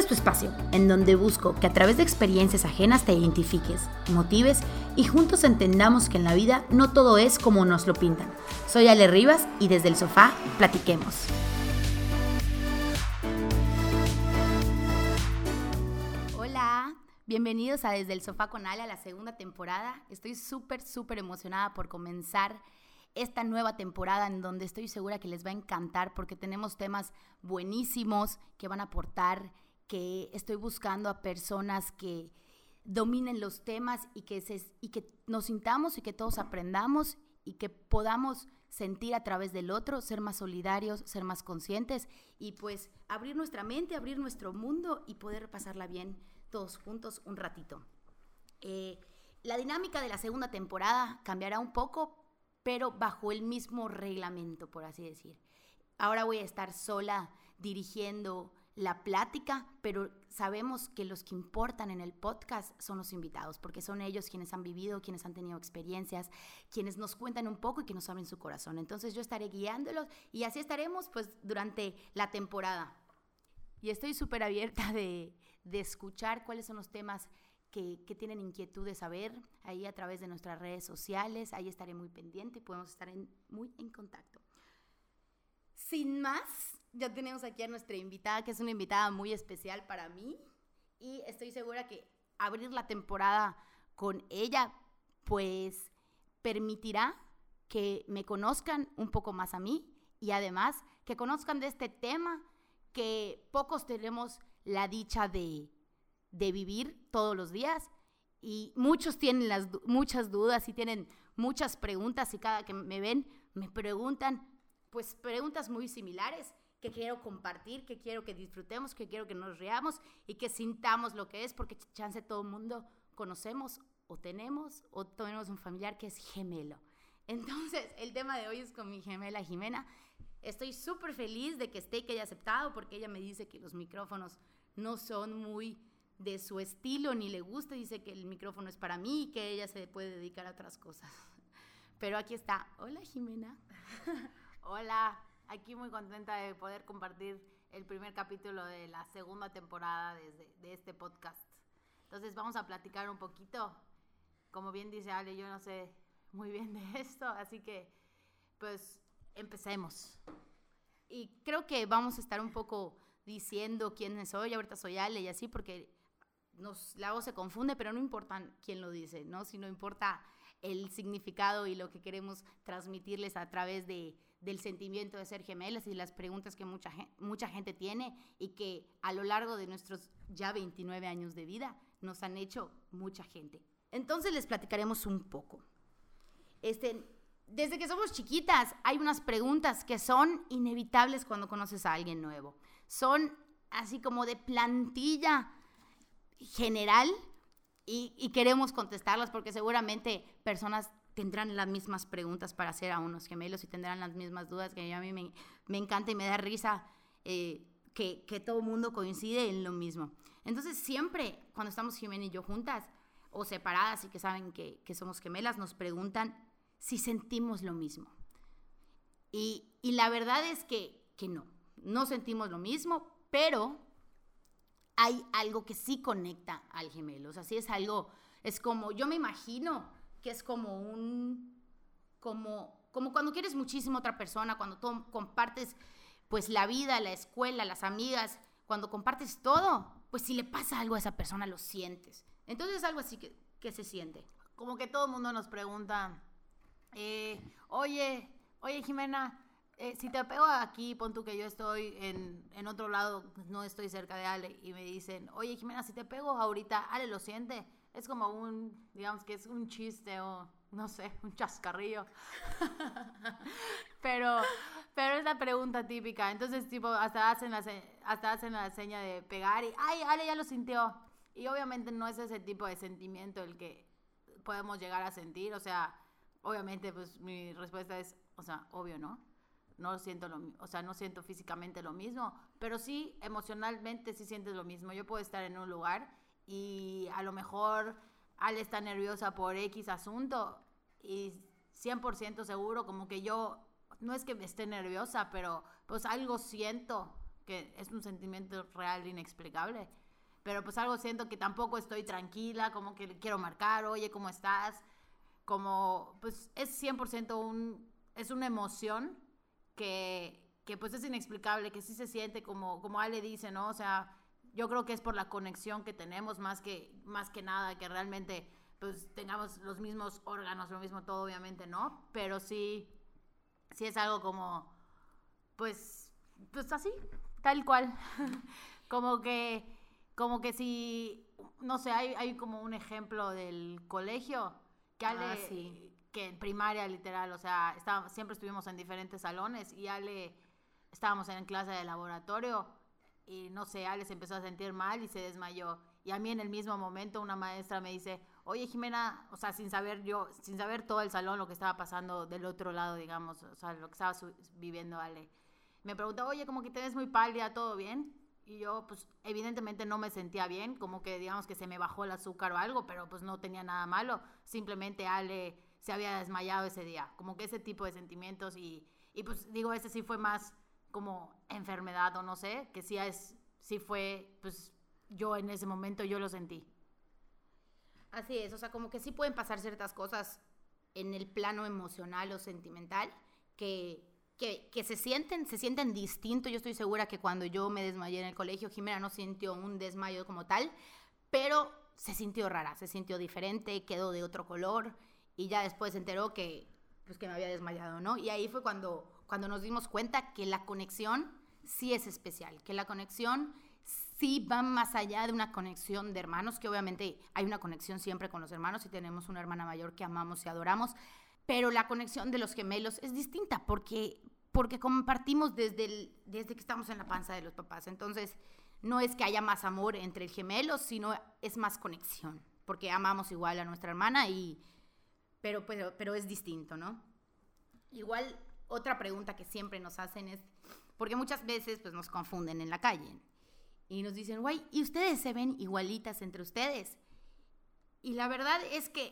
tu espacio, en donde busco que a través de experiencias ajenas te identifiques, motives y juntos entendamos que en la vida no todo es como nos lo pintan. Soy Ale Rivas y desde el sofá platiquemos. Hola, bienvenidos a Desde el Sofá con Ale a la segunda temporada. Estoy súper emocionada por comenzar esta nueva temporada en donde estoy segura que les va a encantar porque tenemos temas buenísimos que van a aportar, que estoy buscando a personas que dominen los temas y que nos sintamos y que todos aprendamos y que podamos sentir a través del otro, ser más solidarios, ser más conscientes y pues abrir nuestra mente, abrir nuestro mundo y poder pasarla bien todos juntos un ratito. La dinámica de la segunda temporada cambiará un poco, pero bajo el mismo reglamento, por así decir. Ahora voy a estar sola dirigiendo la plática, pero sabemos que los que importan en el podcast son los invitados, porque son ellos quienes han vivido, quienes han tenido experiencias, quienes nos cuentan un poco y que nos abren su corazón. Entonces yo estaré guiándolos y así estaremos pues durante la temporada. Y estoy súper abierta de escuchar cuáles son los temas que tienen inquietud de saber, ahí a través de nuestras redes sociales, ahí estaré muy pendiente y podemos estar muy en contacto. Sin más, ya tenemos aquí a nuestra invitada, que es una invitada muy especial para mí, y estoy segura que abrir la temporada con ella, pues, permitirá que me conozcan un poco más a mí, y además que conozcan de este tema que pocos tenemos la dicha de vivir todos los días y muchos tienen muchas dudas y tienen muchas preguntas y cada que me ven me preguntan pues preguntas muy similares que quiero compartir, que quiero que disfrutemos, que quiero que nos riamos y que sintamos lo que es porque chance todo el mundo conocemos o tenemos un familiar que es gemelo. Entonces el tema de hoy es con mi gemela Jimena. Estoy súper feliz de que esté y que haya aceptado porque ella me dice que los micrófonos no son muy de su estilo, ni le gusta, dice que el micrófono es para mí y que ella se puede dedicar a otras cosas. Pero aquí está. Hola, Jimena. Hola, aquí muy contenta de poder compartir el primer capítulo de la segunda temporada de este podcast. Entonces vamos a platicar un poquito. Como bien dice Ale, yo no sé muy bien de esto, así que pues empecemos. Y creo que vamos a estar un poco diciendo quién soy, ahorita soy Ale y así, porque la voz se confunde, pero no importa quién lo dice, ¿no? Sino importa el significado y lo que queremos transmitirles a través del sentimiento de ser gemelas y las preguntas que mucha gente tiene y que a lo largo de nuestros ya 29 años de vida nos han hecho mucha gente. Entonces les platicaremos un poco. Desde que somos chiquitas hay unas preguntas que son inevitables cuando conoces a alguien nuevo. Son así como de plantilla general y queremos contestarlas porque seguramente personas tendrán las mismas preguntas para hacer a unos gemelos y tendrán las mismas dudas que a mí me encanta y me da risa que todo el mundo coincide en lo mismo. Entonces siempre cuando estamos Jimena y yo juntas o separadas y que saben que somos gemelas nos preguntan si sentimos lo mismo. Y la verdad es que no sentimos lo mismo, pero hay algo que sí conecta al gemelo. O sea, sí es algo, es como, yo me imagino que es como cuando quieres muchísimo a otra persona, cuando tú compartes pues la vida, la escuela, las amigas, cuando compartes todo, pues si le pasa algo a esa persona lo sientes. Entonces es algo así que se siente. Como que todo el mundo nos pregunta, oye Jimena, si te pego aquí, pon tú que yo estoy en otro lado, no estoy cerca de Ale, y me dicen, oye Jimena, si te pego ahorita, Ale lo siente. Es como digamos que es un chiste o, no sé, un chascarrillo. pero es la pregunta típica. Entonces, tipo, hasta hacen la seña de pegar y, ay, Ale ya lo sintió. Y obviamente no es ese tipo de sentimiento el que podemos llegar a sentir. O sea, obviamente, pues mi respuesta es, o sea, obvio, ¿no? No siento físicamente lo mismo, pero sí emocionalmente sí sientes lo mismo. Yo puedo estar en un lugar y a lo mejor Ale está nerviosa por X asunto y 100% seguro como que yo, no es que esté nerviosa, pero pues algo siento que es un sentimiento real inexplicable. Pero pues algo siento que tampoco estoy tranquila, como que le quiero marcar, oye, ¿cómo estás? Como, pues es 100% es una emoción que pues es inexplicable, que sí se siente como Ale dice, ¿no? O sea, yo creo que es por la conexión que tenemos más que nada, que realmente pues tengamos los mismos órganos, lo mismo todo, obviamente, ¿no? Pero sí es algo como, pues así, tal cual. como que si, no sé, hay como un ejemplo del colegio, que Ale, sí. que en primaria literal, o sea, siempre estuvimos en diferentes salones y Ale, estábamos en clase de laboratorio y no sé, Ale se empezó a sentir mal y se desmayó. Y a mí en el mismo momento una maestra me dice, oye Jimena, o sea, sin saber todo el salón lo que estaba pasando del otro lado, digamos, o sea, lo que estaba viviendo Ale. Me preguntó, oye, como que te ves muy pálida, ¿todo bien? Y yo, pues, evidentemente no me sentía bien, como que digamos que se me bajó el azúcar o algo, pero pues no tenía nada malo. Simplemente Ale se había desmayado ese día, como que ese tipo de sentimientos y pues digo, ese sí fue más como enfermedad o no sé, que sí fue, pues yo en ese momento yo lo sentí. Así es, o sea, como que sí pueden pasar ciertas cosas en el plano emocional o sentimental que se sienten distinto. Yo estoy segura que cuando yo me desmayé en el colegio, Jimena no sintió un desmayo como tal, pero se sintió rara, se sintió diferente, quedó de otro color y ya después se enteró que, pues, que me había desmayado, ¿no? Y ahí fue cuando nos dimos cuenta que la conexión sí es especial, que la conexión sí va más allá de una conexión de hermanos, que obviamente hay una conexión siempre con los hermanos y tenemos una hermana mayor que amamos y adoramos, pero la conexión de los gemelos es distinta porque compartimos desde que estamos en la panza de los papás. Entonces, no es que haya más amor entre el gemelo, sino es más conexión, porque amamos igual a nuestra hermana, pero es distinto, ¿no? Igual, otra pregunta que siempre nos hacen es, porque muchas veces pues, nos confunden en la calle y nos dicen, güey, ¿y ustedes se ven igualitas entre ustedes? Y la verdad es que...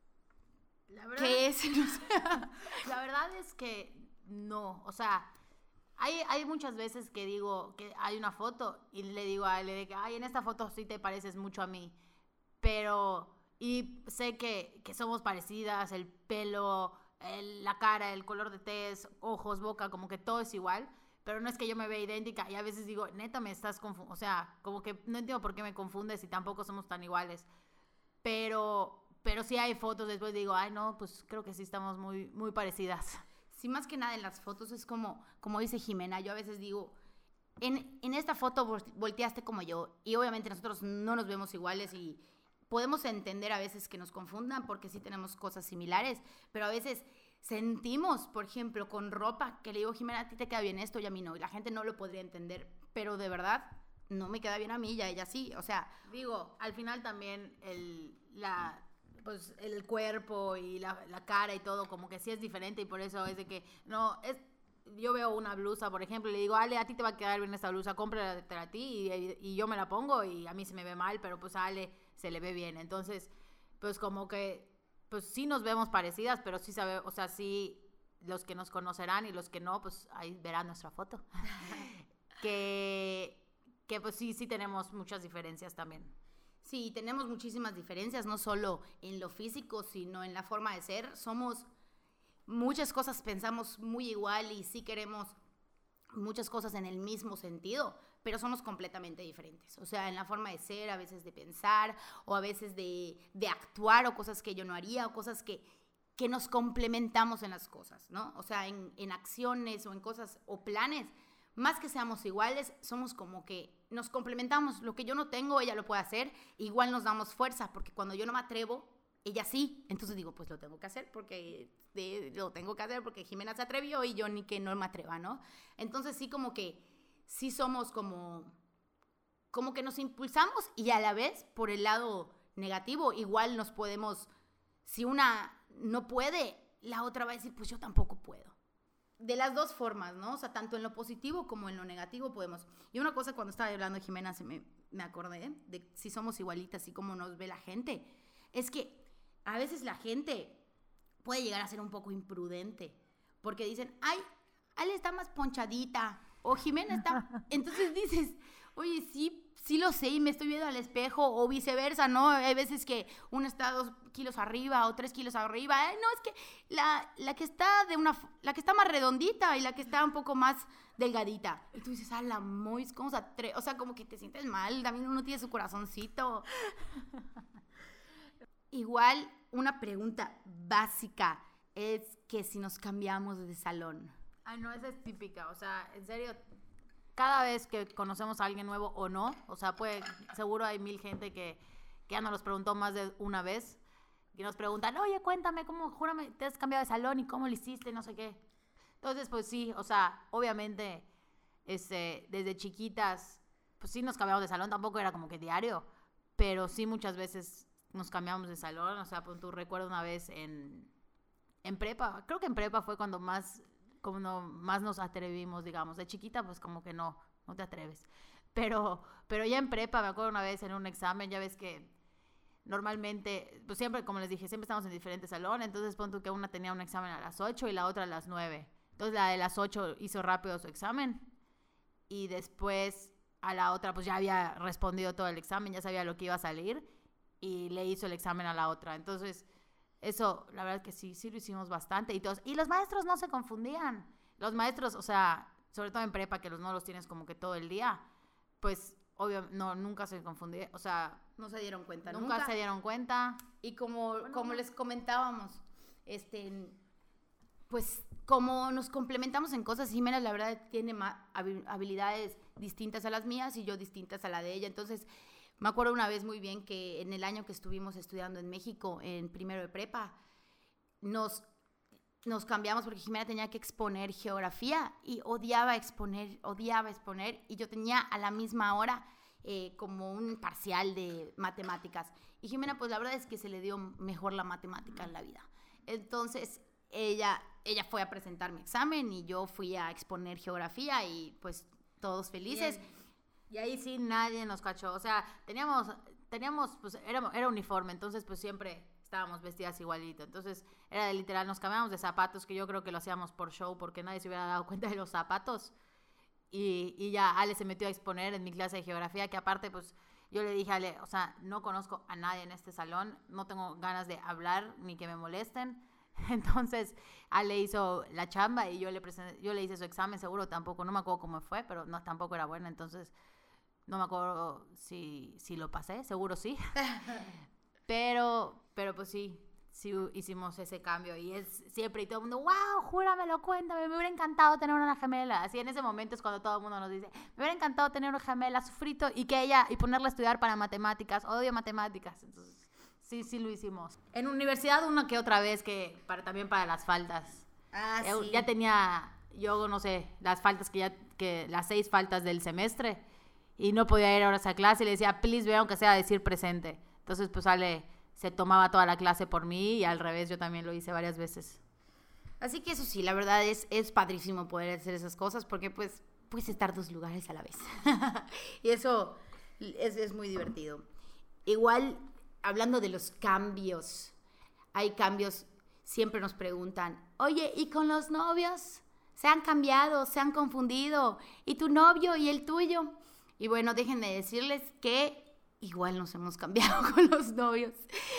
¿Qué es? La verdad es que no, o sea, hay muchas veces que digo que hay una foto y le digo a él de que, ay, en esta foto sí te pareces mucho a mí, pero, y sé que somos parecidas, el pelo, la cara, el color de tez, ojos, boca, como que todo es igual, pero no es que yo me vea idéntica y a veces digo, neta me estás confundiendo, o sea, como que no entiendo por qué me confundes y tampoco somos tan iguales, pero sí hay fotos, después digo, ay no, pues creo que sí estamos muy, muy parecidas. Sí, más que nada en las fotos es como dice Jimena, yo a veces digo, en esta foto volteaste como yo y obviamente nosotros no nos vemos iguales y podemos entender a veces que nos confundan porque sí tenemos cosas similares, pero a veces sentimos, por ejemplo, con ropa que le digo, Jimena, a ti te queda bien esto y a mí no, y la gente no lo podría entender, pero de verdad no me queda bien a mí y a ella sí, o sea, digo, al final también pues el cuerpo y la cara y todo como que sí es diferente y por eso es de que no es, yo veo una blusa por ejemplo y le digo, Ale, a ti te va a quedar bien esta blusa, cómprala a ti y yo me la pongo y a mí se me ve mal, pero pues a Ale se le ve bien, entonces pues como que pues sí nos vemos parecidas, pero sí o sea, sí los que nos conocerán y los que no, pues ahí verán nuestra foto. que pues sí tenemos muchas diferencias también. Sí, tenemos muchísimas diferencias, no solo en lo físico, sino en la forma de ser. Somos muchas cosas, pensamos muy igual y sí queremos muchas cosas en el mismo sentido, pero somos completamente diferentes. O sea, en la forma de ser, a veces de pensar, o a veces de actuar, o cosas que yo no haría, o cosas que nos complementamos en las cosas, ¿no? O sea, en acciones o en cosas o planes. Más que seamos iguales, somos como que nos complementamos. Lo que yo no tengo, ella lo puede hacer. Igual nos damos fuerza, porque cuando yo no me atrevo, ella sí. Entonces digo, pues lo tengo que hacer porque Jimena se atrevió y yo ni que no me atreva, ¿no? Entonces sí como que sí somos como que nos impulsamos y a la vez, por el lado negativo, igual nos podemos, si una no puede, la otra va a decir, pues yo tampoco puedo. De las dos formas, ¿no? O sea, tanto en lo positivo como en lo negativo podemos. Y una cosa cuando estaba hablando de Jimena, me acordé de si somos igualitas y cómo nos ve la gente. Es que a veces la gente puede llegar a ser un poco imprudente. Porque dicen, ay, Ale está más ponchadita. o Jimena está... Entonces dices, oye, sí lo sé y me estoy viendo al espejo, o viceversa, ¿no? Hay veces que uno está 2 kilos arriba o 3 kilos arriba. Ay, no, es que la que está la que está más redondita y la que está un poco más delgadita. Y tú dices, la Mois, ¿cómo se atreve? O sea, como que te sientes mal, también uno tiene su corazoncito. Igual, una pregunta básica es que si nos cambiamos de salón. Ay, no, esa es típica, o sea, en serio, cada vez que conocemos a alguien nuevo o no, o sea, seguro hay 1000 gente que ya nos los preguntó más de una vez, que nos preguntan, oye, cuéntame, júrame, te has cambiado de salón y cómo lo hiciste, no sé qué. Entonces, pues sí, o sea, obviamente, desde chiquitas, pues sí nos cambiamos de salón, tampoco era como que diario, pero sí muchas veces nos cambiamos de salón, o sea, pues tú recuerdo una vez en prepa, creo que en prepa fue cuando más nos atrevimos, digamos. De chiquita, pues como que no te atreves. Pero ya en prepa, me acuerdo una vez en un examen, ya ves que normalmente, pues siempre, como les dije, siempre estamos en diferentes salones, entonces pon tú que una tenía un examen a las 8 y la otra a las 9. Entonces la de las 8 hizo rápido su examen y después a la otra pues ya había respondido todo el examen, ya sabía lo que iba a salir y le hizo el examen a la otra. Entonces... eso, la verdad que sí lo hicimos bastante. Y los maestros no se confundían. Los maestros, o sea, sobre todo en prepa, que no los tienes como que todo el día, pues, obvio, no, nunca se confundían. O sea, no se dieron cuenta. Nunca se dieron cuenta. Y como les comentábamos, pues, como nos complementamos en cosas, Jimena, la verdad, tiene habilidades distintas a las mías y yo distintas a la de ella. Entonces... me acuerdo una vez muy bien que en el año que estuvimos estudiando en México, en primero de prepa, nos cambiamos porque Jimena tenía que exponer geografía y odiaba exponer, y yo tenía a la misma hora como un parcial de matemáticas. Y Jimena, pues la verdad es que se le dio mejor la matemática en la vida. Entonces, ella fue a presentar mi examen y yo fui a exponer geografía y pues todos felices. Bien. Y ahí sí nadie nos cachó, o sea, teníamos pues era uniforme, entonces pues siempre estábamos vestidas igualito, entonces era de literal, nos cambiábamos de zapatos, que yo creo que lo hacíamos por show, porque nadie se hubiera dado cuenta de los zapatos, y ya Ale se metió a exponer en mi clase de geografía, que aparte pues yo le dije a Ale, o sea, no conozco a nadie en este salón, no tengo ganas de hablar ni que me molesten. Entonces Ale hizo la chamba y yo le hice su examen, seguro tampoco, no me acuerdo cómo fue, pero no, tampoco era bueno, entonces no me acuerdo si lo pasé, seguro sí. pero pues sí hicimos ese cambio y es siempre, y todo el mundo, wow, júramelo, cuéntame, me hubiera encantado tener una gemela. Así en ese momento es cuando todo el mundo nos dice, me hubiera encantado tener una gemela, sufrito, y ponerla a estudiar para matemáticas, odio matemáticas. Entonces sí lo hicimos. En universidad una que otra vez, también para las faltas. Sí. Ya tenía, yo no sé, las faltas que las 6 faltas del semestre, y no podía ir ahora a esa clase, y le decía, please, ve, aunque sea decir presente. Entonces, pues Ale se tomaba toda la clase por mí, y al revés, yo también lo hice varias veces. Así que eso sí, la verdad es padrísimo poder hacer esas cosas, porque pues puedes estar 2 lugares a la vez. Y eso es muy divertido. Igual, hablando de los cambios, hay cambios, siempre nos preguntan, oye, ¿y con los novios? ¿Se han cambiado? ¿Se han confundido? ¿Y tu novio y el tuyo? Y bueno, déjenme decirles que igual nos hemos cambiado con los novios.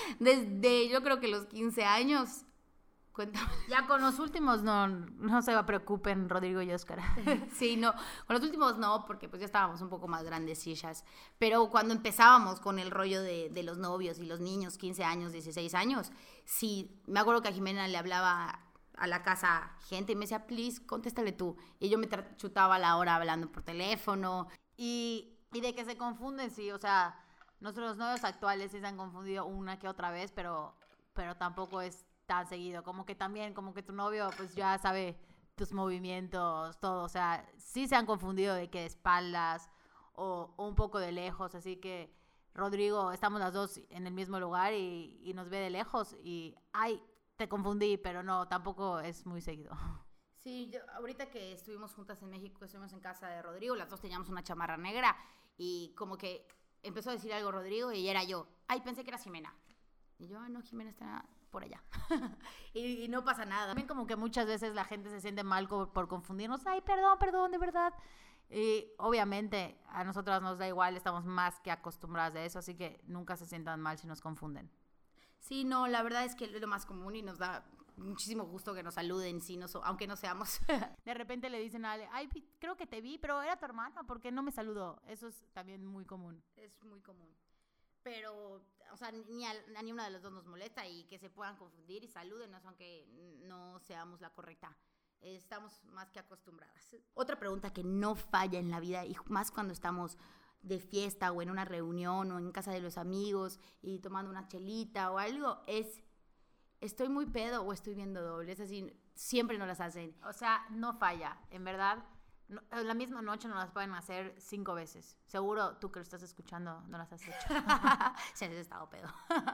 Desde, yo creo que los 15 años. Cuéntame. Ya con los últimos no se preocupen, Rodrigo y Óscar. Sí, no, con los últimos no, porque pues ya estábamos un poco más grandecillas. Pero cuando empezábamos con el rollo de los novios y los niños, 15 años, 16 años, sí, me acuerdo que a Jimena le hablaba a la casa gente y me decía, please, contéstale tú. Y yo me chutaba la hora hablando por teléfono. Y de que se confunden, sí, o sea, nuestros novios actuales sí se han confundido una que otra vez, pero tampoco es tan seguido, como que también, como que tu novio pues ya sabe tus movimientos, todo, o sea, sí se han confundido de que de espaldas o un poco de lejos, así que Rodrigo, estamos las dos en el mismo lugar y nos ve de lejos y, ay, te confundí, pero no, tampoco es muy seguido. Sí, ahorita que estuvimos juntas en México, estuvimos en casa de Rodrigo, las dos teníamos una chamarra negra y como que empezó a decir algo Rodrigo y era yo, ay, pensé que era Jimena. Y yo, no, Jimena está por allá. y no pasa nada. También como que muchas veces la gente se siente mal por confundirnos. Ay, perdón, de verdad. Y obviamente a nosotras nos da igual, estamos más que acostumbradas a eso, así que nunca se sientan mal si nos confunden. Sí, no, la verdad es que es lo más común y nos da muchísimo gusto que nos saluden, aunque no seamos. De repente le dicen a Ale, ay, creo que te vi, pero era tu hermana, ¿por qué no me saludó? Eso es también muy común. Es muy común. Pero, o sea, ni una de las dos nos molesta y que se puedan confundir y salúdenos, aunque no seamos la correcta. Estamos más que acostumbradas. Otra pregunta que no falla en la vida, y más cuando estamos de fiesta o en una reunión o en casa de los amigos y tomando una chelita o algo, es, ¿estoy muy pedo o estoy viendo doble? Es así, siempre nos las hacen. O sea, no falla, en verdad. No, la misma noche nos las pueden hacer 5 veces. Seguro tú que lo estás escuchando no las has hecho. Se has estado pedo.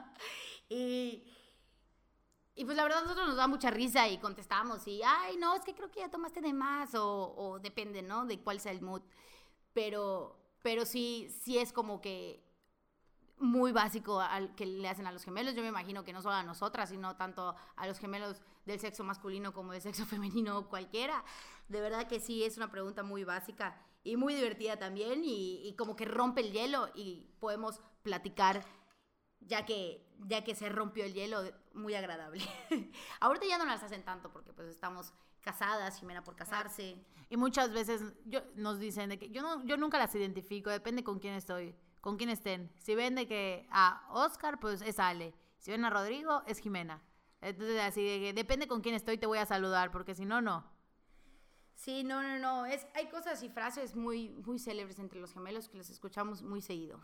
Y pues la verdad a nosotros nos da mucha risa y contestamos y, ay, no, es que creo que ya tomaste de más o depende, ¿no? De cuál sea el mood. Pero sí es como que muy básico al que le hacen a los gemelos. Yo me imagino que no solo a nosotras, sino tanto a los gemelos del sexo masculino como del sexo femenino, cualquiera. De verdad que sí, es una pregunta muy básica y muy divertida también y como que rompe el hielo y podemos platicar ya que se rompió el hielo, muy agradable. Ahorita ya no las hacen tanto porque pues estamos casadas, Jimena por casarse. Y muchas veces nos dicen de que yo nunca las identifico, depende con quién estoy, con quién estén. Si ven de que a Oscar, pues es Ale. Si ven a Rodrigo, es Jimena. Entonces así de que depende con quién estoy, te voy a saludar, porque si no, no. Sí, no. Hay cosas y frases muy, muy célebres entre los gemelos que las escuchamos muy seguido.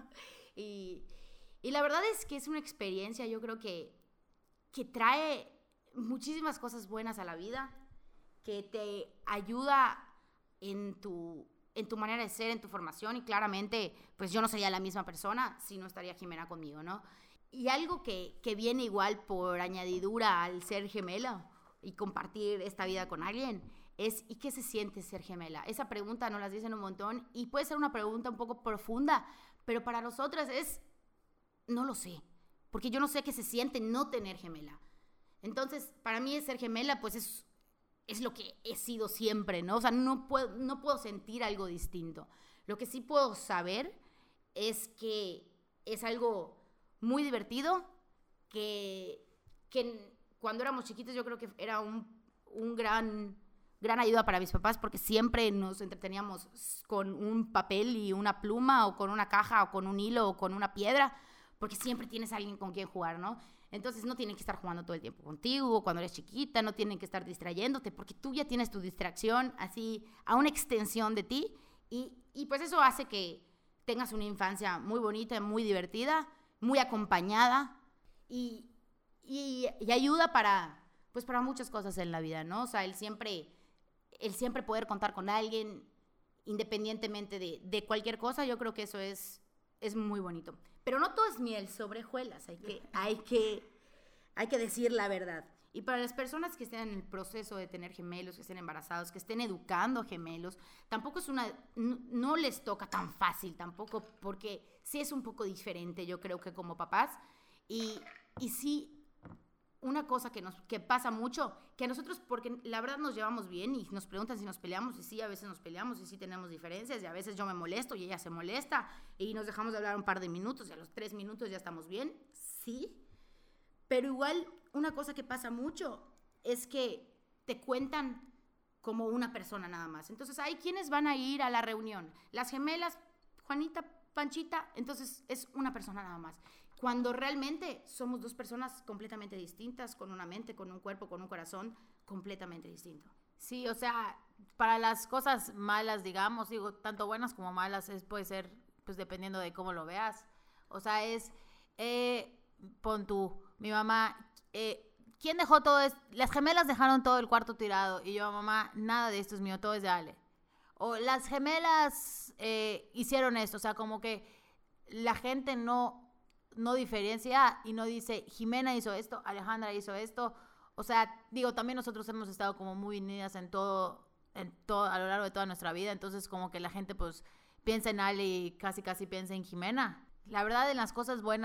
Y la verdad es que es una experiencia, yo creo que trae muchísimas cosas buenas a la vida, que te ayuda en tu manera de ser, en tu formación, y claramente, pues yo no sería la misma persona si no estaría Jimena conmigo, ¿no? Y algo que viene igual por añadidura al ser gemela y compartir esta vida con alguien es, ¿y qué se siente ser gemela? Esa pregunta nos las dicen un montón y puede ser una pregunta un poco profunda, pero para nosotras es, no lo sé, porque yo no sé qué se siente no tener gemela. Entonces, para mí ser gemela, pues es lo que he sido siempre, ¿no? O sea, no puedo sentir algo distinto. Lo que sí puedo saber es que es algo muy divertido, que cuando éramos chiquitos yo creo que era un gran ayuda para mis papás, porque siempre nos entreteníamos con un papel y una pluma, o con una caja, o con un hilo, o con una piedra, porque siempre tienes a alguien con quien jugar, ¿no? Entonces no tienen que estar jugando todo el tiempo contigo, cuando eres chiquita, no tienen que estar distrayéndote, porque tú ya tienes tu distracción así a una extensión de ti, y pues eso hace que tengas una infancia muy bonita, muy divertida, muy acompañada, y ayuda para muchas cosas en la vida, ¿no? O sea, el siempre poder contar con alguien, independientemente de cualquier cosa, yo creo que eso es muy bonito. Pero no todo es miel sobre hojuelas, hay que decir la verdad. Y para las personas que estén en el proceso de tener gemelos, que estén embarazados, que estén educando gemelos, tampoco no les toca tan fácil tampoco, porque sí es un poco diferente, yo creo que como papás. Y sí, una cosa que pasa mucho, que a nosotros, porque la verdad nos llevamos bien y nos preguntan si nos peleamos, y sí, a veces nos peleamos y sí tenemos diferencias, y a veces yo me molesto y ella se molesta y nos dejamos de hablar un par de minutos y a los 3 minutos ya estamos bien, sí, pero igual una cosa que pasa mucho es que te cuentan como una persona nada más. Entonces hay quienes van a ir a la reunión, las gemelas, Juanita, Panchita, entonces es una persona nada más. Cuando realmente somos 2 personas completamente distintas, con una mente, con un cuerpo, con un corazón completamente distinto. Sí, o sea, para las cosas malas, digamos, digo, tanto buenas como malas, puede ser, pues dependiendo de cómo lo veas. O sea, pon tú, mi mamá, ¿quién dejó todo esto? Las gemelas dejaron todo el cuarto tirado, y yo, mamá, nada de esto es mío, todo es de Ale. O las gemelas hicieron esto, o sea, como que la gente no diferencia y no dice Jimena hizo esto, Alejandra hizo esto. O sea, digo, también nosotros hemos estado como muy unidas en todo a lo largo de toda nuestra vida, entonces como que la gente pues piensa en Ale y casi piensa en Jimena. La verdad, en las cosas buenas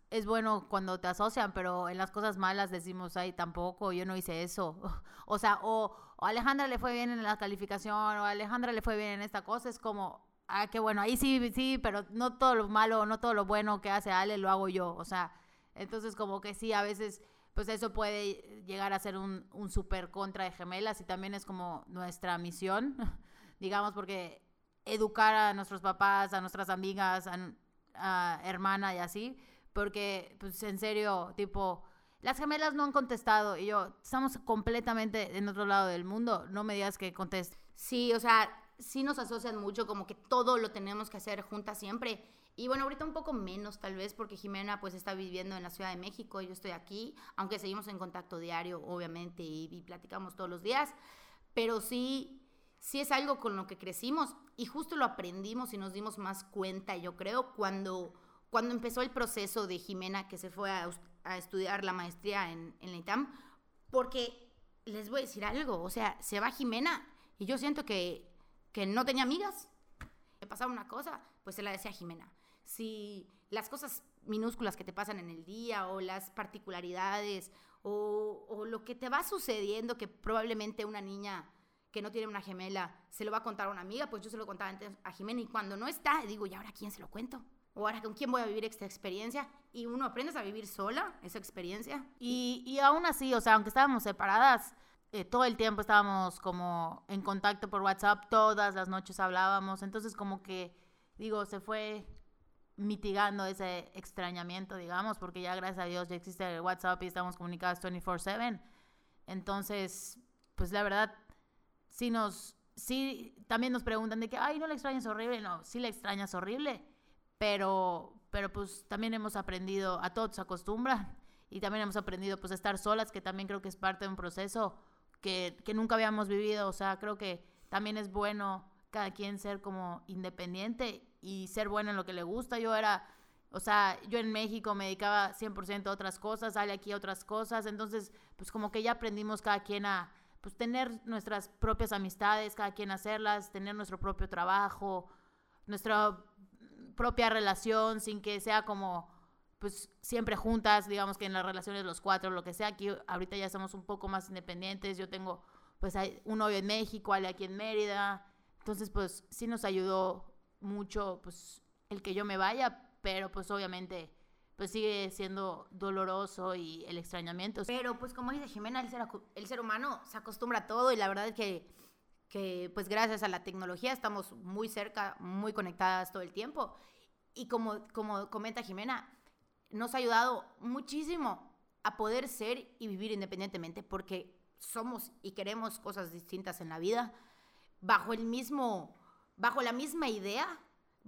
es bueno cuando te asocian, pero en las cosas malas decimos, ay, tampoco, yo no hice eso. O sea, o a Alejandra le fue bien en la calificación, o a Alejandra le fue bien en esta cosa, es como, ah, qué bueno, ahí sí, sí, pero no todo lo malo, no todo lo bueno que hace Ale lo hago yo. O sea, entonces como que sí, a veces, pues eso puede llegar a ser un súper contra de gemelas, y también es como nuestra misión, digamos, porque educar a nuestros papás, a nuestras amigas, a hermana y así, porque, pues, en serio, tipo, las gemelas no han contestado y yo, estamos completamente en otro lado del mundo, no me digas que conteste. Sí, o sea, sí nos asocian mucho, como que todo lo tenemos que hacer juntas siempre. Y bueno, ahorita un poco menos tal vez, porque Jimena pues está viviendo en la Ciudad de México, yo estoy aquí, aunque seguimos en contacto diario, obviamente, y platicamos todos los días, pero sí es algo con lo que crecimos y justo lo aprendimos y nos dimos más cuenta, yo creo, cuando empezó el proceso de Jimena, que se fue a estudiar la maestría en la ITAM, porque les voy a decir algo, o sea, se va Jimena y yo siento que no tenía amigas. Me pasaba una cosa, pues se la decía a Jimena. Si las cosas minúsculas que te pasan en el día o las particularidades o lo que te va sucediendo, que probablemente una niña que no tiene una gemela se lo va a contar a una amiga, pues yo se lo contaba antes a Jimena, y cuando no está, digo, ¿y ahora quién se lo cuento? ¿O ahora con quién voy a vivir esta experiencia? Y uno aprendes a vivir sola esa experiencia. Y aún así, o sea, aunque estábamos separadas, todo el tiempo estábamos como en contacto por WhatsApp, todas las noches hablábamos, entonces como que, digo, se fue mitigando ese extrañamiento, digamos, porque ya gracias a Dios ya existe el WhatsApp y estamos comunicadas 24/7. Entonces, pues la verdad, sí, también nos preguntan de que, ay, no la extrañas horrible. No, sí la extrañas horrible, pero pues también hemos aprendido, a todos se acostumbran, y también hemos aprendido pues a estar solas, que también creo que es parte de un proceso que nunca habíamos vivido. O sea, creo que también es bueno cada quien ser como independiente y ser bueno en lo que le gusta. O sea, yo en México me dedicaba 100% a otras cosas, Ale aquí a otras cosas, entonces pues como que ya aprendimos cada quien a pues tener nuestras propias amistades, cada quien hacerlas, tener nuestro propio trabajo, nuestra propia relación, sin que sea como pues siempre juntas, digamos que en las relaciones los cuatro, lo que sea. Aquí ahorita ya somos un poco más independientes, yo tengo pues un novio en México, Ale aquí en Mérida, entonces pues sí nos ayudó mucho pues el que yo me vaya, pero pues obviamente pues sigue siendo doloroso y el extrañamiento. Pero pues como dice Jimena, el ser humano se acostumbra a todo, y la verdad es que pues gracias a la tecnología estamos muy cerca, muy conectadas todo el tiempo. Y como comenta Jimena, nos ha ayudado muchísimo a poder ser y vivir independientemente, porque somos y queremos cosas distintas en la vida, bajo la misma idea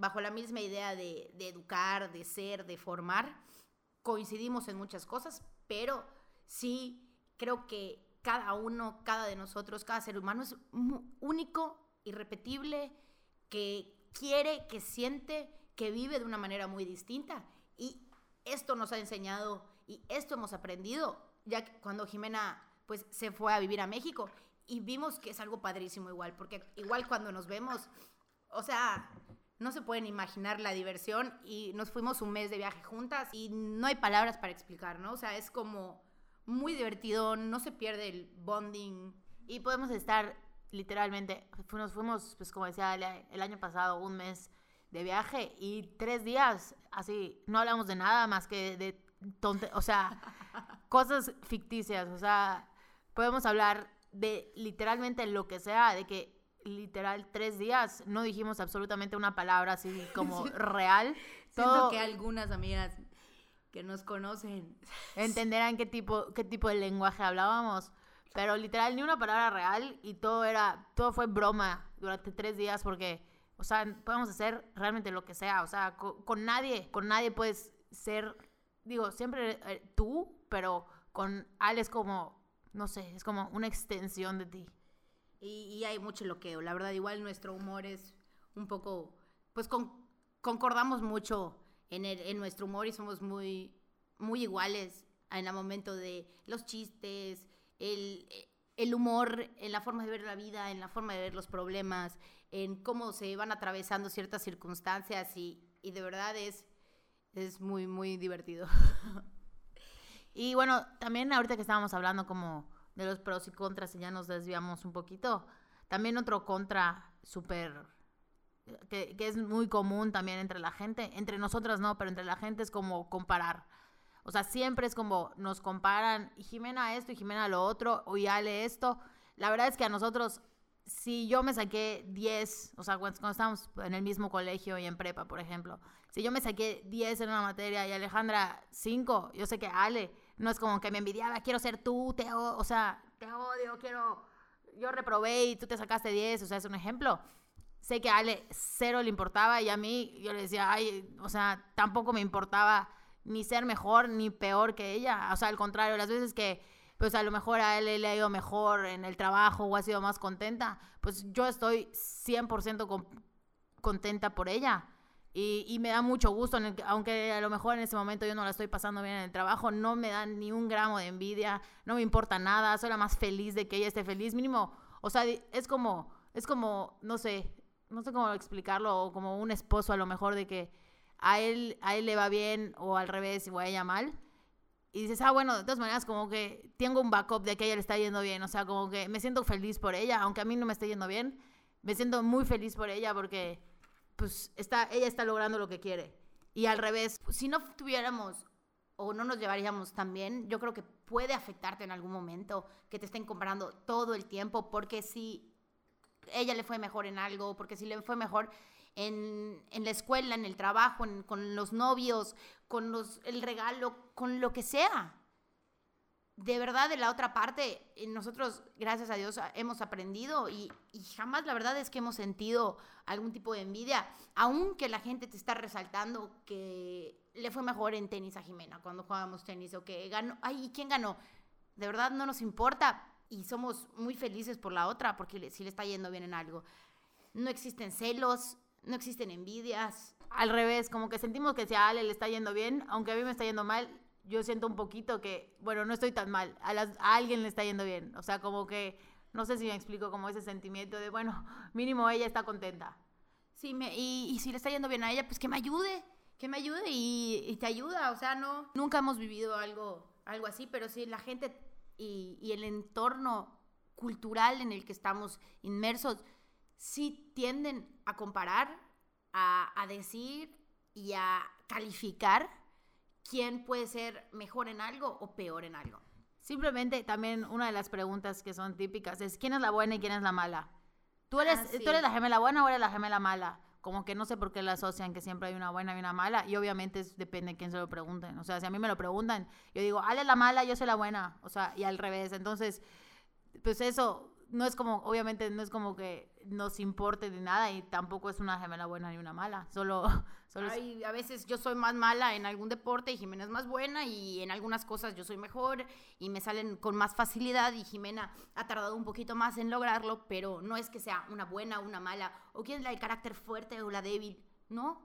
de educar, de ser, de formar. Coincidimos en muchas cosas, pero sí creo que cada de nosotros, cada ser humano es único, irrepetible, que quiere, que siente, que vive de una manera muy distinta. Y esto nos ha enseñado y esto hemos aprendido ya que cuando Jimena pues se fue a vivir a México, y vimos que es algo padrísimo igual, porque igual cuando nos vemos, o sea, no se pueden imaginar la diversión, y nos fuimos un mes de viaje juntas y no hay palabras para explicar, ¿no? O sea, es como muy divertido, no se pierde el bonding. Y podemos estar literalmente, nos fuimos, pues como decía el año pasado, un mes de viaje y 3 días así, no hablamos de nada más que de o sea, cosas ficticias. O sea, podemos hablar de literalmente lo que sea, de que literal 3 días no dijimos absolutamente una palabra así como real. Siento que algunas amigas que nos conocen entenderán qué tipo de lenguaje hablábamos, pero literal ni una palabra real, y todo fue broma durante 3 días, porque, o sea, podemos hacer realmente lo que sea. O sea, con nadie puedes ser, digo, siempre tú, pero con Ale es como, no sé, es como una extensión de ti. Y hay mucho loqueo, la verdad. Igual nuestro humor es un poco, pues concordamos mucho en nuestro humor, y somos muy, muy iguales en el momento de los chistes, el humor, en la forma de ver la vida, en la forma de ver los problemas, en cómo se van atravesando ciertas circunstancias, y de verdad es Es muy, muy divertido. Y bueno, también ahorita que estábamos hablando como de los pros y contras y ya nos desviamos un poquito, también otro contra súper, que es muy común también entre la gente, entre nosotras no, pero entre la gente es como comparar. O sea, siempre es como nos comparan, y Jimena esto y Jimena lo otro, o y Ale esto. La verdad es que a nosotros, si yo me saqué 10, o sea, cuando estábamos en el mismo colegio y en prepa, por ejemplo, si yo me saqué 10 en una materia y Alejandra 5, yo sé que Ale no es como que me envidiaba, quiero ser tú, o sea, te odio, yo reprobé y tú te sacaste 10, o sea, es un ejemplo. Sé que a Ale cero le importaba y a mí yo le decía, ay, o sea, tampoco me importaba ni ser mejor ni peor que ella. O sea, al contrario, las veces que pues a lo mejor a él le ha ido mejor en el trabajo o ha sido más contenta, pues yo estoy 100% contenta por ella. Y me da mucho gusto, aunque a lo mejor en ese momento yo no la estoy pasando bien en el trabajo, no me da ni un gramo de envidia, no me importa nada, soy la más feliz de que ella esté feliz, mínimo, o sea, es como, no sé cómo explicarlo, o como un esposo a lo mejor de que a él le va bien o al revés o a ella mal. Y dices, bueno, de todas maneras como que tengo un backup de que a ella le está yendo bien. O sea, como que me siento feliz por ella, aunque a mí no me esté yendo bien. Me siento muy feliz por ella porque pues ella está logrando lo que quiere. Y al revés, si no tuviéramos o no nos llevaríamos tan bien, yo creo que puede afectarte en algún momento que te estén comparando todo el tiempo, porque si ella le fue mejor en algo, porque si le fue mejor en la escuela, en el trabajo, con los novios, con el regalo, con lo que sea. De verdad, de la otra parte, nosotros, gracias a Dios, hemos aprendido y jamás la verdad es que hemos sentido algún tipo de envidia, aunque la gente te está resaltando que le fue mejor en tenis a Jimena cuando jugábamos tenis, o que ganó. Ay, ¿y quién ganó? De verdad no nos importa y somos muy felices por la otra porque si le está yendo bien en algo. No existen celos, no existen envidias. Al revés, como que sentimos que si a Ale le está yendo bien, aunque a mí me está yendo mal, yo siento un poquito que, bueno, no estoy tan mal, a alguien le está yendo bien. O sea, como que, no sé si me explico, como ese sentimiento de, bueno, mínimo ella está contenta. Sí, y si le está yendo bien a ella, pues que me ayude y te ayuda. O sea, no, nunca hemos vivido algo así, pero sí la gente y el entorno cultural en el que estamos inmersos sí tienden a comparar, a decir y a calificar quién puede ser mejor en algo o peor en algo. Simplemente también una de las preguntas que son típicas es ¿quién es la buena y quién es la mala? ¿Tú eres la gemela buena o eres la gemela mala? Como que no sé por qué la asocian que siempre hay una buena y una mala, y obviamente depende de quién se lo pregunten. O sea, si a mí me lo preguntan, yo digo, Ale es la mala, yo soy la buena. O sea, y al revés. Entonces, pues eso no es como, obviamente no es como que nos importe ni nada, y tampoco es una gemela buena ni una mala. Solo Ay, a veces yo soy más mala en algún deporte y Jimena es más buena, y en algunas cosas yo soy mejor y me salen con más facilidad, y Jimena ha tardado un poquito más en lograrlo, pero no es que sea una buena o una mala, o quién es la del carácter fuerte o la débil. No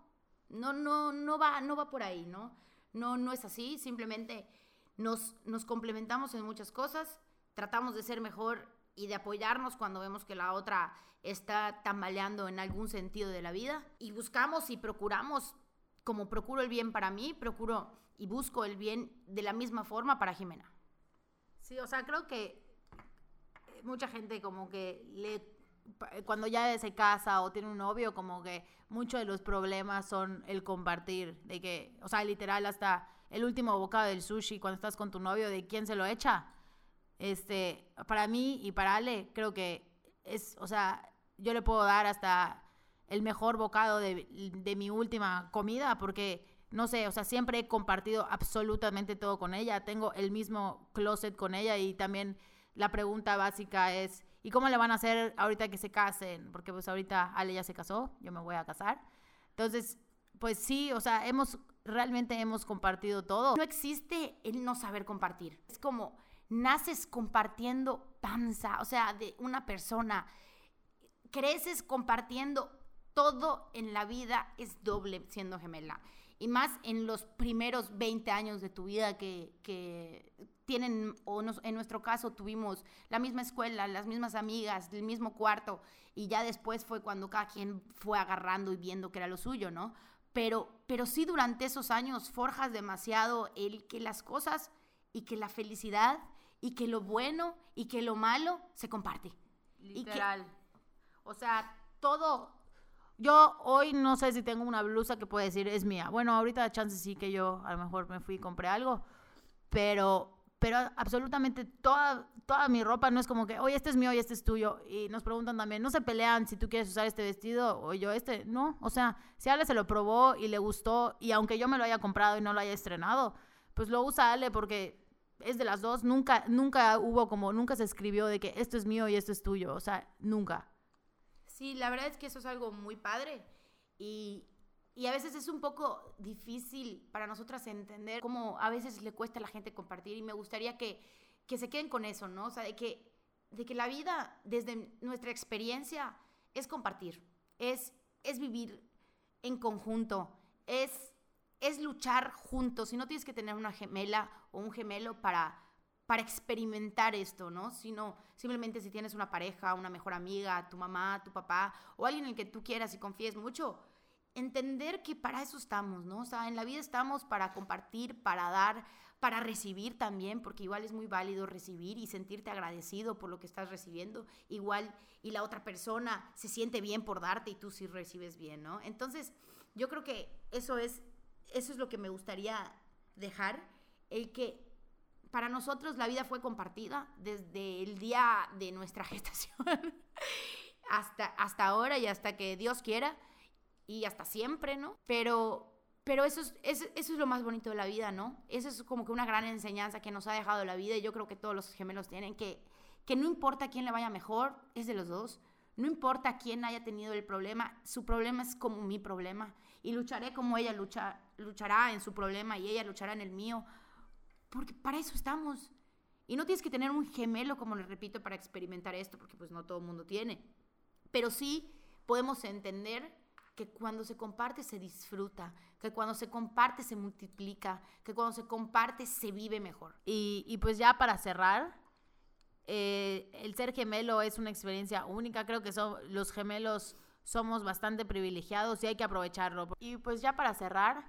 va por ahí, no es así. Simplemente nos complementamos en muchas cosas, tratamos de ser mejor y de apoyarnos cuando vemos que la otra está tambaleando en algún sentido de la vida, y buscamos y procuramos, como procuro el bien para mí, procuro y busco el bien de la misma forma para Jimena. Sí, o sea, creo que mucha gente como que cuando ya se casa o tiene un novio, como que muchos de los problemas son el compartir, de que, o sea, literal, hasta el último bocado del sushi cuando estás con tu novio, de quién se lo echa. Para mí y para Ale, creo que es, o sea, yo le puedo dar hasta el mejor bocado de mi última comida, porque, no sé, o sea, siempre he compartido absolutamente todo con ella, tengo el mismo closet con ella, y también la pregunta básica es, ¿y cómo le van a hacer ahorita que se casen? Porque pues ahorita Ale ya se casó, yo me voy a casar. Entonces, pues sí, o sea, realmente hemos compartido todo. No existe el no saber compartir. Es como naces compartiendo panza, o sea, de una persona. Creces compartiendo todo en la vida, es doble siendo gemela. Y más en los primeros 20 años de tu vida que tienen, en nuestro caso tuvimos la misma escuela, las mismas amigas, el mismo cuarto, y ya después fue cuando cada quien fue agarrando y viendo que era lo suyo, ¿no? pero sí durante esos años forjas demasiado el que las cosas y que la felicidad y que lo bueno y que lo malo se comparte. Literal. O sea, todo. Yo hoy no sé si tengo una blusa que puede decir es mía. Bueno, ahorita de chance sí que yo a lo mejor me fui y compré algo, pero absolutamente toda mi ropa no es como que, oye, este es mío y este es tuyo. Y nos preguntan también, ¿no se pelean si tú quieres usar este vestido o yo este? No, o sea, si Ale se lo probó y le gustó, y aunque yo me lo haya comprado y no lo haya estrenado, pues lo usa Ale porque es de las dos. Nunca se escribió de que esto es mío y esto es tuyo. O sea, nunca. Sí, la verdad es que eso es algo muy padre y a veces es un poco difícil para nosotras entender cómo a veces le cuesta a la gente compartir, y me gustaría que se queden con eso, ¿no? O sea, de que la vida desde nuestra experiencia es compartir, es vivir en conjunto, es luchar juntos, y no tienes que tener una gemela o un gemelo para experimentar esto, ¿no? Sino simplemente si tienes una pareja, una mejor amiga, tu mamá, tu papá o alguien en el que tú quieras y confíes mucho, entender que para eso estamos, ¿no? O sea, en la vida estamos para compartir, para dar, para recibir también, porque igual es muy válido recibir y sentirte agradecido por lo que estás recibiendo, igual, y la otra persona se siente bien por darte y tú sí recibes bien, ¿no? Entonces, yo creo que eso es lo que me gustaría dejar, el que para nosotros la vida fue compartida desde el día de nuestra gestación hasta ahora y hasta que Dios quiera y hasta siempre, ¿no? Pero eso es lo más bonito de la vida, ¿no? Eso es como que una gran enseñanza que nos ha dejado la vida, y yo creo que todos los gemelos tienen, que no importa a quién le vaya mejor, es de los dos. No importa quién haya tenido el problema, su problema es como mi problema, y lucharé como ella luchará en su problema y ella luchará en el mío, porque para eso estamos. Y no tienes que tener un gemelo, como les repito, para experimentar esto, porque pues no todo el mundo tiene. Pero sí podemos entender que cuando se comparte se disfruta, que cuando se comparte se multiplica, que cuando se comparte se vive mejor. Y pues ya para cerrar, el ser gemelo es una experiencia única. Creo que los gemelos somos bastante privilegiados y hay que aprovecharlo. Y pues ya para cerrar,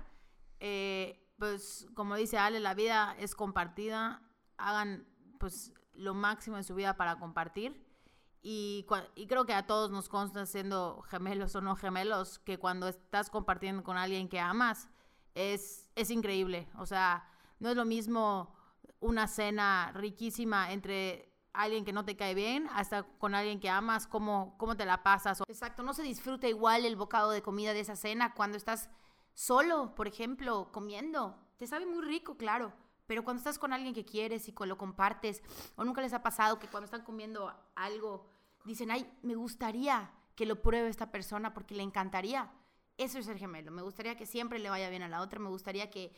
pues como dice Ale, la vida es compartida. Hagan pues lo máximo en su vida para compartir. Y creo que a todos nos consta, siendo gemelos o no gemelos, que cuando estás compartiendo con alguien que amas, es increíble. O sea, no es lo mismo una cena riquísima entre alguien que no te cae bien hasta con alguien que amas, cómo te la pasas. Exacto, no se disfruta igual el bocado de comida de esa cena cuando estás solo, por ejemplo, comiendo. Te sabe muy rico, claro, pero cuando estás con alguien que quieres y lo compartes, o nunca les ha pasado que cuando están comiendo algo dicen, ay, me gustaría que lo pruebe esta persona porque le encantaría. Eso es ser gemelo. Me gustaría que siempre le vaya bien a la otra. Me gustaría que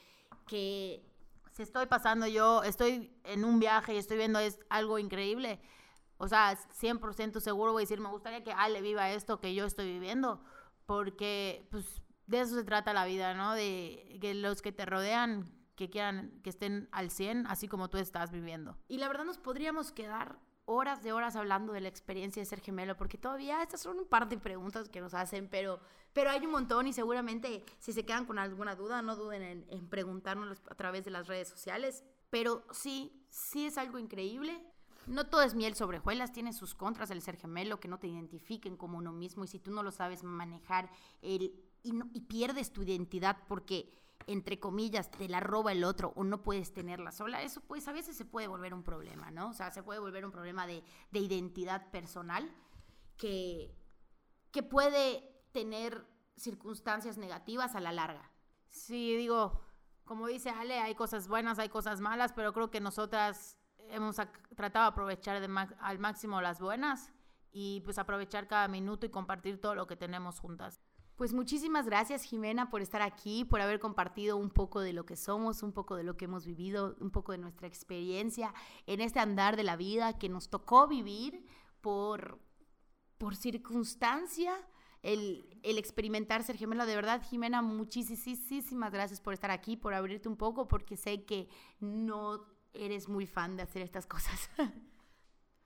si estoy pasando, yo estoy en un viaje y estoy viendo algo increíble, o sea, 100% seguro voy a decir, me gustaría que Ale viva esto que yo estoy viviendo, porque pues de eso se trata la vida, ¿no? De que los que te rodean, que quieran que estén al 100, así como tú estás viviendo. Y la verdad nos podríamos quedar horas de horas hablando de la experiencia de ser gemelo, porque todavía estas son un par de preguntas que nos hacen, pero hay un montón, y seguramente si se quedan con alguna duda, no duden en preguntárnoslo a través de las redes sociales. Pero sí es algo increíble. No todo es miel sobre hojuelas, tiene sus contras el ser gemelo, que no te identifiquen como uno mismo, y si tú no lo sabes manejar y pierdes tu identidad porque, entre comillas, te la roba el otro o no puedes tenerla sola, eso pues a veces se puede volver un problema, ¿no? O sea, se puede volver un problema de identidad personal que puede tener circunstancias negativas a la larga. Sí, digo, como dice Ale, hay cosas buenas, hay cosas malas, pero creo que nosotras hemos tratado de aprovechar al máximo las buenas y pues aprovechar cada minuto y compartir todo lo que tenemos juntas. Pues muchísimas gracias, Jimena, por estar aquí, por haber compartido un poco de lo que somos, un poco de lo que hemos vivido, un poco de nuestra experiencia en este andar de la vida que nos tocó vivir por circunstancia, el experimentar ser gemela. De verdad, Jimena, muchísimas gracias por estar aquí, por abrirte un poco, porque sé que no eres muy fan de hacer estas cosas.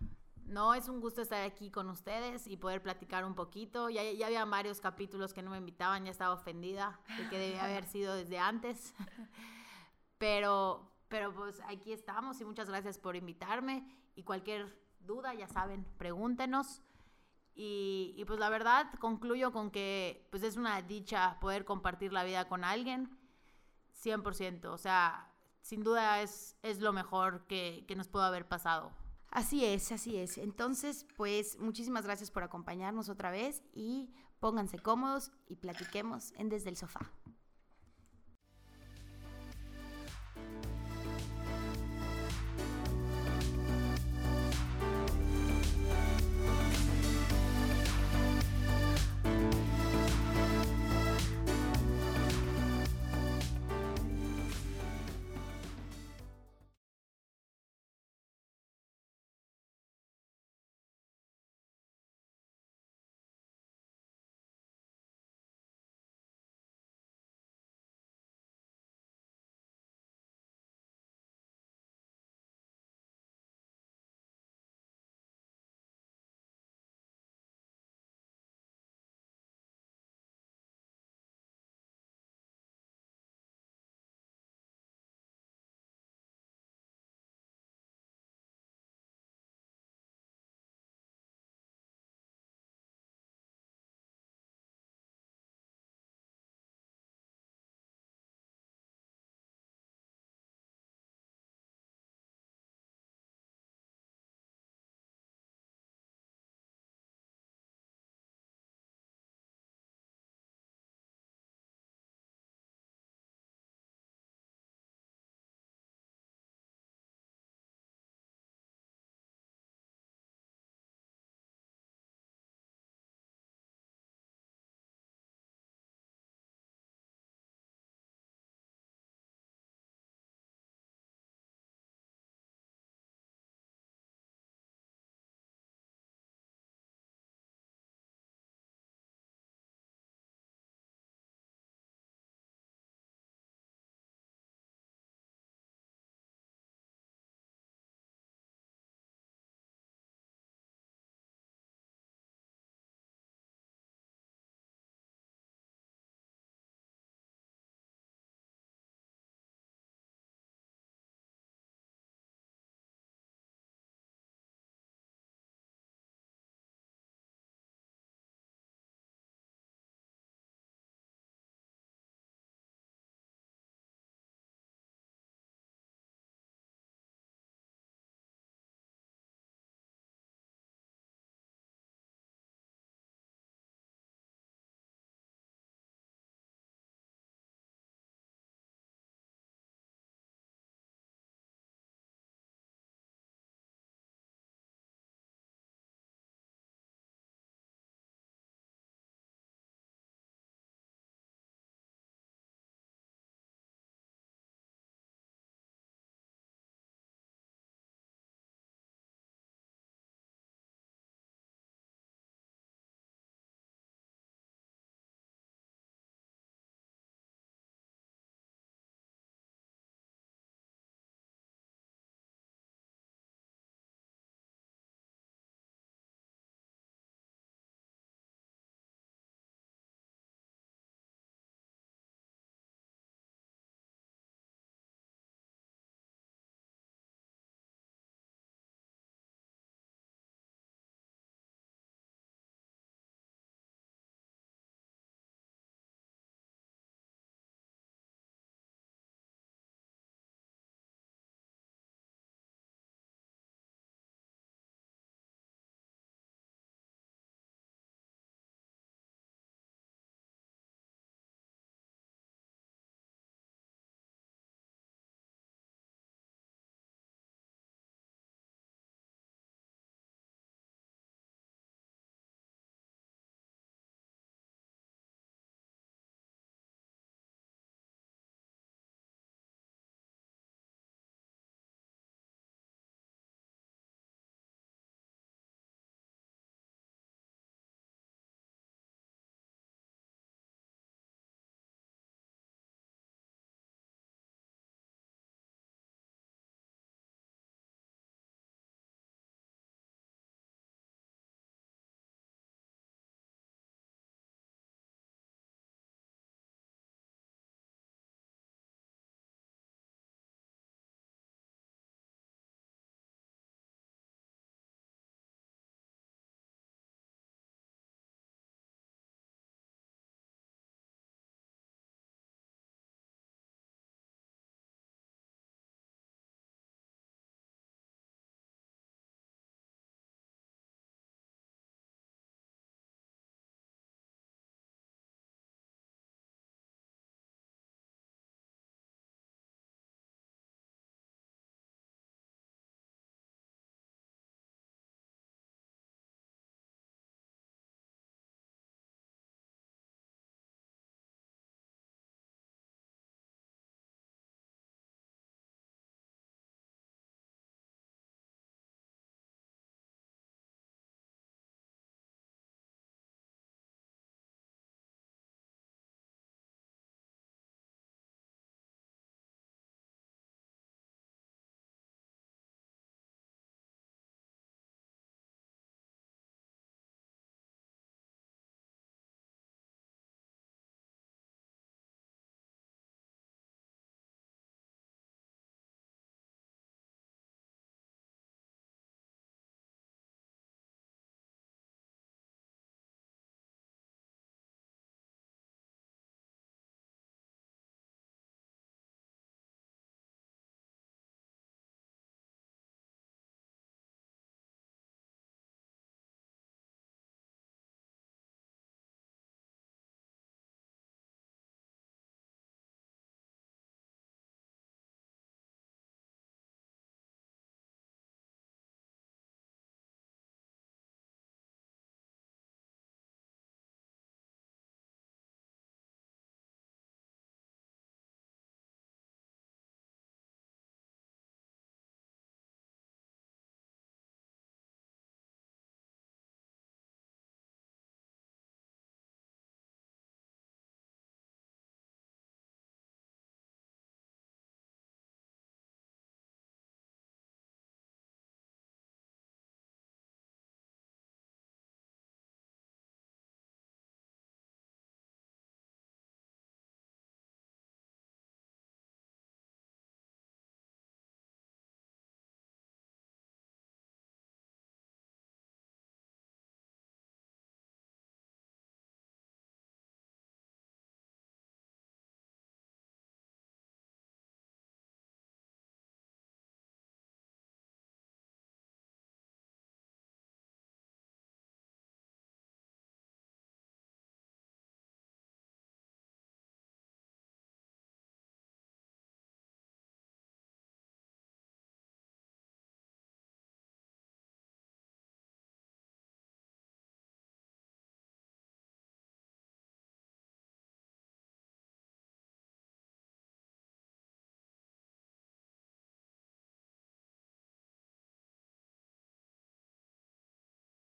No, es un gusto estar aquí con ustedes y poder platicar un poquito. Ya había varios capítulos que no me invitaban, ya estaba ofendida de que debía haber sido desde antes. Pero pues aquí estamos y muchas gracias por invitarme. Y cualquier duda, ya saben, pregúntenos. Y pues la verdad concluyo con que pues es una dicha poder compartir la vida con alguien, 100%. O sea, sin duda es lo mejor que nos pudo haber pasado. Así es, así es. Entonces, pues muchísimas gracias por acompañarnos otra vez y pónganse cómodos y platiquemos en Desde el Sofá.